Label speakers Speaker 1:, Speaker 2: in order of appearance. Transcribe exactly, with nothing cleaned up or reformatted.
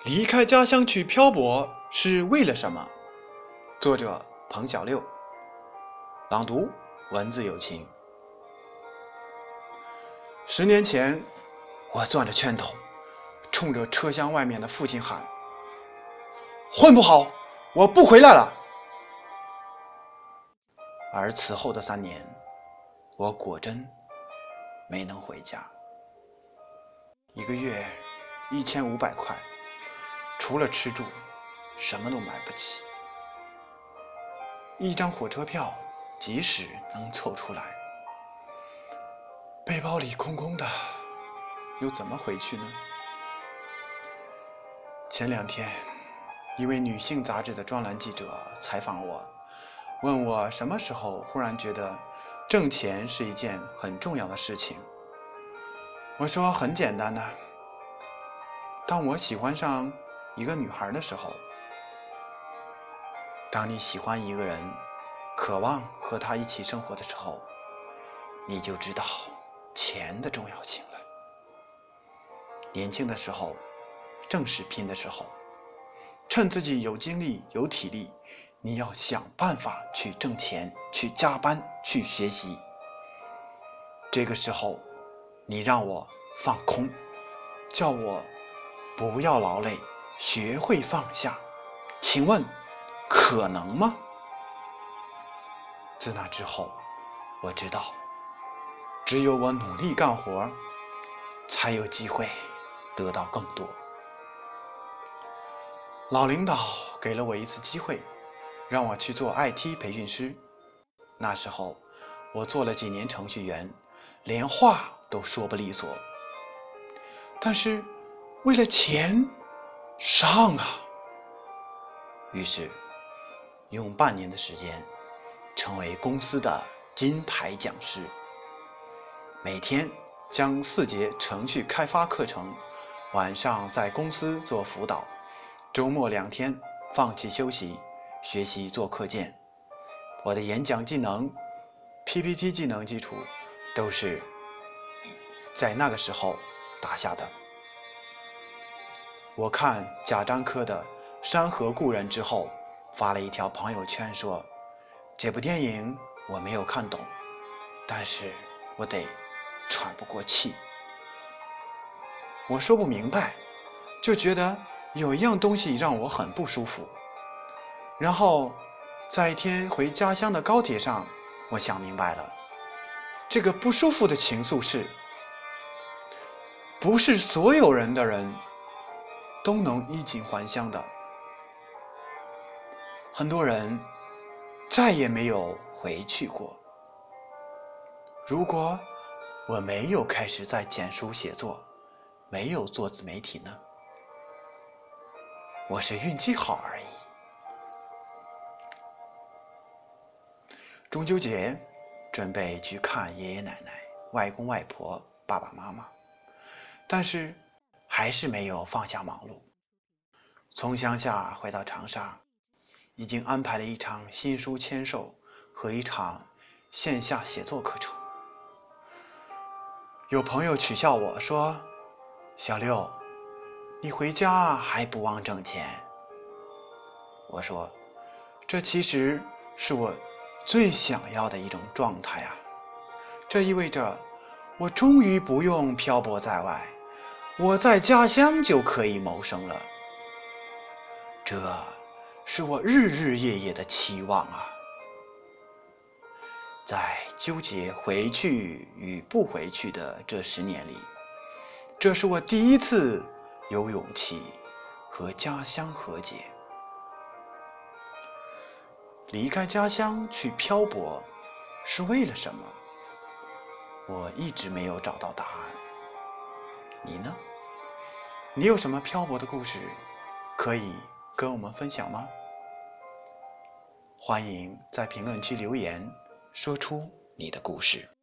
Speaker 1: 离开家乡去漂泊是为了什么？作者彭小六，朗读文字有情。十年前，我攥着拳头，冲着车厢外面的父亲喊：“混不好，我不回来了。”而此后的三年，我果真没能回家。一个月一千五百块，除了吃住，什么都买不起。一张火车票，即使能凑出来，背包里空空的，又怎么回去呢？前两天，一位女性杂志的专栏记者采访我，问我什么时候忽然觉得挣钱是一件很重要的事情。我说很简单的，当我喜欢上一个女孩的时候，当你喜欢一个人，渴望和他一起生活的时候，你就知道钱的重要性了。年轻的时候，正是拼的时候，趁自己有精力有体力，你要想办法去挣钱，去加班，去学习。这个时候，你让我放空，叫我不要劳累，学会放下，请问可能吗？自那之后，我知道，只有我努力干活，才有机会得到更多。老领导给了我一次机会，让我去做 I T 培训师。那时候，我做了几年程序员，连话都说不利索。但是，为了钱，上啊！于是，用半年的时间，成为公司的金牌讲师。每天将四节程序开发课程，晚上在公司做辅导，周末两天放弃休息，学习做课件。我的演讲技能、P P T 技能基础都是在那个时候打下的。我看贾樟柯的《山河故人》之后，发了一条朋友圈说，这部电影我没有看懂，但是我得喘不过气。我说不明白，就觉得有一样东西让我很不舒服。然后在一天回家乡的高铁上，我想明白了，这个不舒服的情愫是，不是所有人的人都能衣锦还乡的。很多人再也没有回去过。如果我没有开始在简书写作，没有做自媒体呢？我是运气好而已。中秋节准备去看爷爷奶奶、外公外婆、爸爸妈妈，但是还是没有放下忙碌。从乡下回到长沙，已经安排了一场新书签售和一场线下写作课程。有朋友取笑我说，小六，你回家还不忘挣钱。我说，这其实是我最想要的一种状态啊！这意味着我终于不用漂泊在外，我在家乡就可以谋生了。这是我日日夜夜的期望啊！在纠结回去与不回去的这十年里，这是我第一次有勇气和家乡和解。离开家乡去漂泊是为了什么？我一直没有找到答案。你呢？你有什么漂泊的故事可以跟我们分享吗？欢迎在评论区留言，说出你的故事。